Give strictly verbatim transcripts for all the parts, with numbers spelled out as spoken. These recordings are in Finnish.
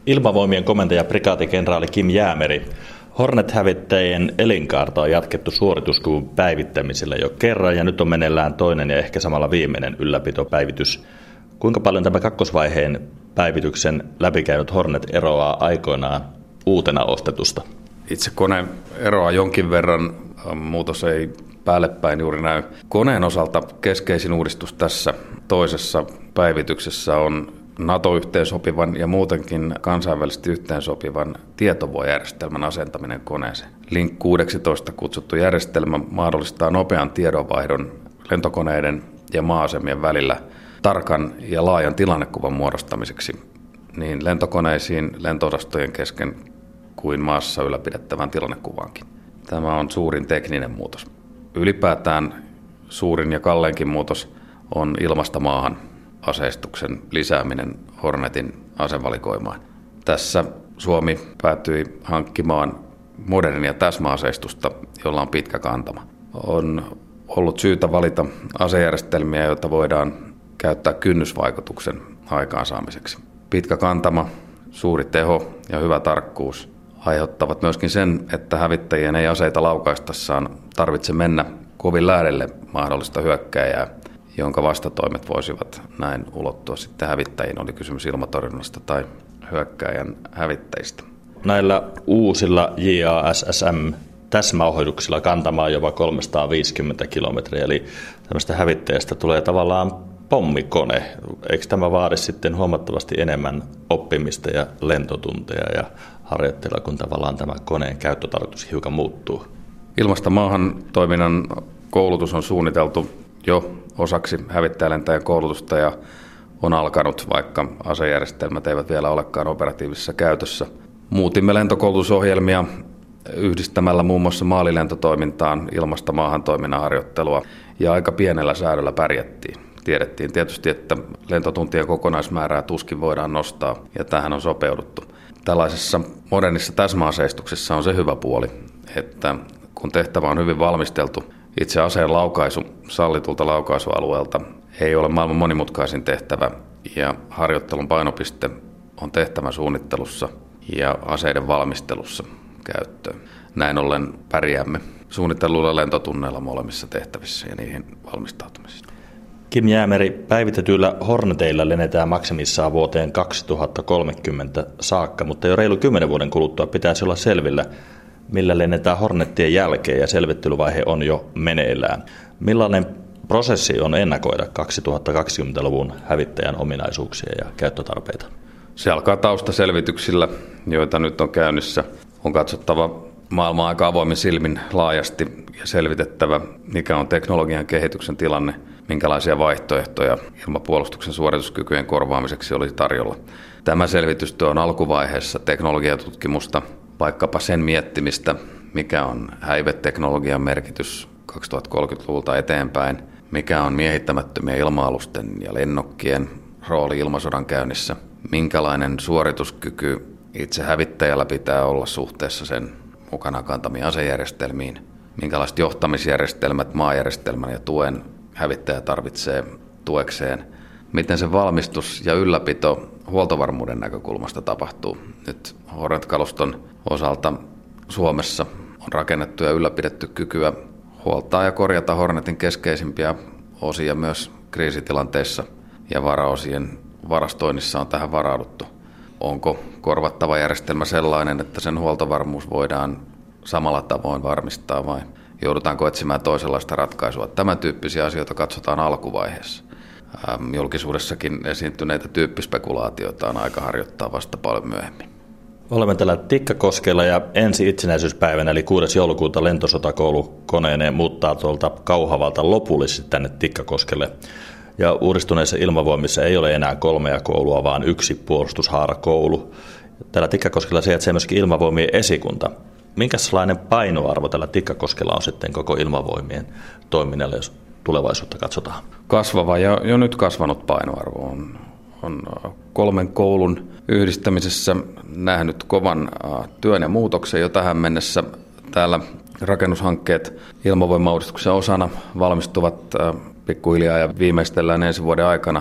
Ilmavoimien komentaja prikaatikenraali Kim Jäämeri. Hornet-hävittäjien elinkaarta on jatkettu suorituskyvyn päivittämisellä jo kerran ja nyt on meneillään toinen ja ehkä samalla viimeinen ylläpitopäivitys. Kuinka paljon tämä kakkosvaiheen päivityksen läpikäynyt Hornet eroaa aikoinaan uutena ostetusta? Itse kone eroaa jonkin verran, muutos ei päälle päin juuri näy. Koneen osalta keskeisin uudistus tässä toisessa päivityksessä on NATO-yhteensopivan ja muutenkin kansainvälisesti yhteensopivan tietovuojärjestelmän asentaminen koneeseen. Link kuusitoista kutsuttu järjestelmä mahdollistaa nopean tiedonvaihdon lentokoneiden ja maa-asemien välillä tarkan ja laajan tilannekuvan muodostamiseksi niin lentokoneisiin, lento-osastojen kesken kuin maassa ylläpidettävän tilannekuvaankin. Tämä on suurin tekninen muutos. Ylipäätään suurin ja kalleinkin muutos on ilmasta maahan aseistuksen lisääminen Hornetin asevalikoimaan. Tässä Suomi päätyi hankkimaan modernia täsmäaseistusta, jolla on pitkä kantama. On ollut syytä valita asejärjestelmiä, joita voidaan käyttää kynnysvaikutuksen aikaansaamiseksi. Pitkä kantama, suuri teho ja hyvä tarkkuus aiheuttavat myöskin sen, että hävittäjien ei aseita laukaistassaan tarvitse mennä kovin lähelle mahdollista hyökkääjää, jonka vastatoimet voisivat näin ulottua sitten hävittäjiin, oli kysymys ilmatorjunnasta tai hyökkääjän hävittäjistä. Näillä uusilla J A S S M-täsmäohjuksilla kantamaan jopa kolmesataaviisikymmentä kilometriä, eli tämmöistä hävittäjästä tulee tavallaan pommikone. Eikö tämä vaadi sitten huomattavasti enemmän oppimista ja lentotunteja ja harjoittelua, kun tavallaan tämä koneen käyttötarkoitus hiukan muuttuu? Ilmasta maahan toiminnan koulutus on suunniteltu jo osaksi hävittäjälentäjän koulutusta ja on alkanut, vaikka asejärjestelmät eivät vielä olekaan operatiivisessa käytössä. Muutimme lentokoulutusohjelmia yhdistämällä muun muassa maalilentotoimintaan ilmasta maahan toiminnan harjoittelua ja aika pienellä säädöllä pärjättiin. Tiedettiin tietysti, että lentotuntien kokonaismäärää tuskin voidaan nostaa ja tähän on sopeuduttu. Tällaisessa modernissa täsmäaseistuksessa on se hyvä puoli, että kun tehtävä on hyvin valmisteltu, itse aseen laukaisu sallitulta laukaisualueelta ei ole maailman monimutkaisin tehtävä ja harjoittelun painopiste on tehtävän suunnittelussa ja aseiden valmistelussa käyttöön. Näin ollen pärjäämme suunnitteluilla lentotunneilla molemmissa tehtävissä ja niihin valmistautumisissa. Kim Jäämeri, päivitetyillä Horneteilla lennetään maksimissaan vuoteen kaksituhattakolmekymmentä saakka, mutta jo reilu kymmenen vuoden kuluttua pitäisi olla selvillä, millä lennetään Hornettien jälkeen ja selvittelyvaihe on jo meneillään. Millainen prosessi on ennakoida kaksituhattakaksikymmentäluvun hävittäjän ominaisuuksia ja käyttötarpeita? Se alkaa taustaselvityksillä, joita nyt on käynnissä. On katsottava maailmaa aika avoimin silmin laajasti ja selvitettävä, mikä on teknologian kehityksen tilanne, minkälaisia vaihtoehtoja ilmapuolustuksen suorituskykyjen korvaamiseksi olisi tarjolla. Tämä selvitystyö on alkuvaiheessa teknologiatutkimusta, vaikkapa sen miettimistä, mikä on häiveteknologian merkitys kaksituhattakolmekymmentäluvulta eteenpäin, mikä on miehittämättömien ilma-alusten ja lennokkien rooli ilmasodan käynnissä, minkälainen suorituskyky itse hävittäjällä pitää olla suhteessa sen mukana kantamiin asejärjestelmiin, minkälaiset johtamisjärjestelmät, maajärjestelmän ja tuen hävittäjä tarvitsee tuekseen, miten se valmistus ja ylläpito huoltovarmuuden näkökulmasta tapahtuu. Nyt Hornet-kaluston osalta Suomessa on rakennettu ja ylläpidetty kykyä huoltaa ja korjata Hornetin keskeisimpiä osia myös kriisitilanteissa ja varaosien varastoinnissa on tähän varauduttu. Onko korvattava järjestelmä sellainen, että sen huoltovarmuus voidaan samalla tavoin varmistaa vai joudutaanko etsimään toisenlaista ratkaisua? Tämän tyyppisiä asioita katsotaan alkuvaiheessa. Julkisuudessakin esiintyneitä tyyppispekulaatioita on aika harjoittaa vasta paljon myöhemmin. Olemme täällä Tikkakoskella ja ensi itsenäisyyspäivänä eli kuudes joulukuuta lentosotakoulu koneineen muuttaa tuolta Kauhavalta lopullisesti tänne Tikkakoskelle. Ja uudistuneissa ilmavoimissa ei ole enää kolmea koulua, vaan yksi puolustushaarakoulu. Täällä Tikkakoskella sijaitsee myöskin ilmavoimien esikunta. Minkälainen painoarvo tällä Tikkakoskella on sitten koko ilmavoimien toiminnalle, jos tulevaisuutta katsotaan? Kasvava ja jo nyt kasvanut painoarvo on, on kolmen koulun yhdistämisessä nähnyt kovan työn ja muutoksen jo tähän mennessä. Täällä rakennushankkeet ilmavoimauudistuksen osana valmistuvat pikkuhiljaa ja viimeistellään ensi vuoden aikana.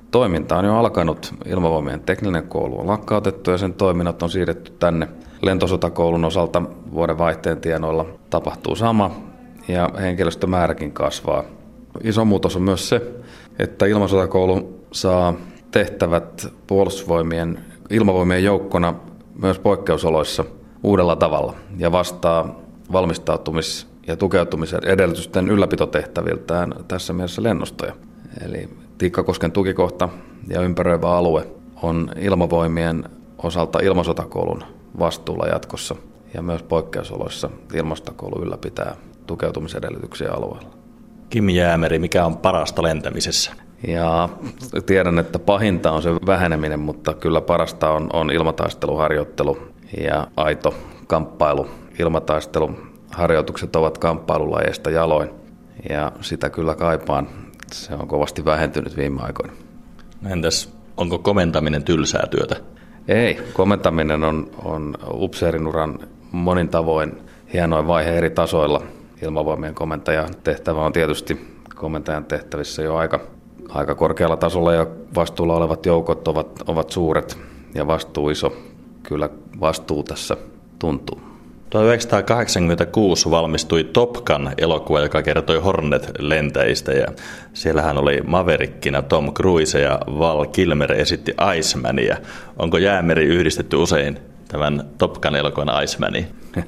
Toiminta on jo alkanut. Ilmavoimien tekninen koulu on lakkautettu ja sen toiminnot on siirretty tänne. Lentosotakoulun osalta vuoden vaihteen tienoilla tapahtuu sama ja henkilöstömääräkin kasvaa. Iso muutos on myös se, että ilmasotakoulu saa tehtävät puolustusvoimien ilmavoimien joukkona myös poikkeusoloissa uudella tavalla ja vastaa valmistautumis- ja tukeutumisen edellytysten ylläpitotehtäviltään tässä mielessä lennostoja. Eli Tikkakosken tukikohta ja ympäröivä alue on ilmavoimien osalta ilmasotakoulun vastuulla jatkossa ja myös poikkeusoloissa ilmasotakoulu ylläpitää tukeutumisedellytyksiä alueella. Kim Jäämeri, mikä on parasta lentämisessä? Ja tiedän, että pahinta on se väheneminen, mutta kyllä parasta on, on ilmataisteluharjoittelu ja aito kamppailu. Ilmataisteluharjoitukset ovat kamppailulajeista jaloin ja sitä kyllä kaipaan. Se on kovasti vähentynyt viime aikoina. Entäs onko komentaminen tylsää työtä? Ei, komentaminen on, on upseerinuran monin tavoin hienoin vaihe eri tasoilla. Ilmavoimien komentajan tehtävä on tietysti komentajan tehtävissä jo aika, aika korkealla tasolla ja vastuulla olevat joukot ovat, ovat suuret ja vastuu iso. Kyllä vastuu tässä tuntuu. tuhatyhdeksänsataakahdeksankymmentäkuusi valmistui Top Gun -elokuva, joka kertoi Hornet-lentäjistä ja siellähän oli Maverickinä Tom Cruise ja Val Kilmer esitti Icemania. Onko Jäämeri yhdistetty usein tämän Top Gun -elokuvan Icemaniin?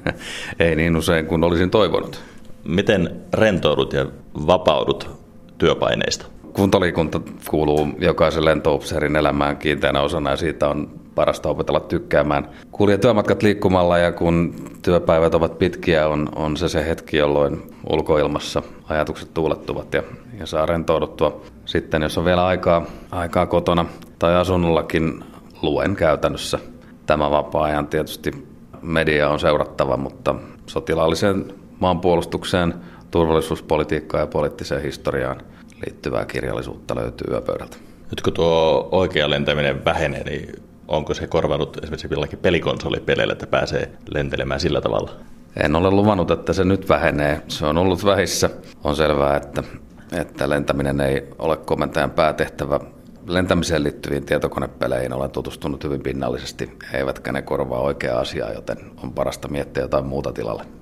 Ei niin usein kuin olisin toivonut. Miten rentoudut ja vapaudut työpaineista? Kuntoliikunta kuuluu jokaisen lentoupseerin elämään kiinteänä osana ja siitä on parasta opetella tykkäämään. Kulje työmatkat liikkumalla ja kun työpäivät ovat pitkiä, on, on se se hetki, jolloin ulkoilmassa ajatukset tuulettuvat ja, ja saa rentouduttua. Sitten jos on vielä aikaa, aikaa kotona tai asunnollakin, luen käytännössä. Tämä vapaa-ajan tietysti media on seurattava, mutta sotilaalliseen maanpuolustukseen, turvallisuuspolitiikkaan ja poliittiseen historiaan liittyvää kirjallisuutta löytyy yöpöydältä. Nyt kun tuo oikea lentäminen vähenee, niin onko se korvanut esimerkiksi jollakin pelikonsolipeleillä, että pääsee lentelemään sillä tavalla? En ole luvannut, että se nyt vähenee. Se on ollut vähissä. On selvää, että, että lentäminen ei ole komentajan päätehtävä. Lentämiseen liittyviin tietokonepeleihin olen tutustunut hyvin pinnallisesti, eivätkä ne korvaa oikeaa asiaa, joten on parasta miettiä jotain muuta tilalle.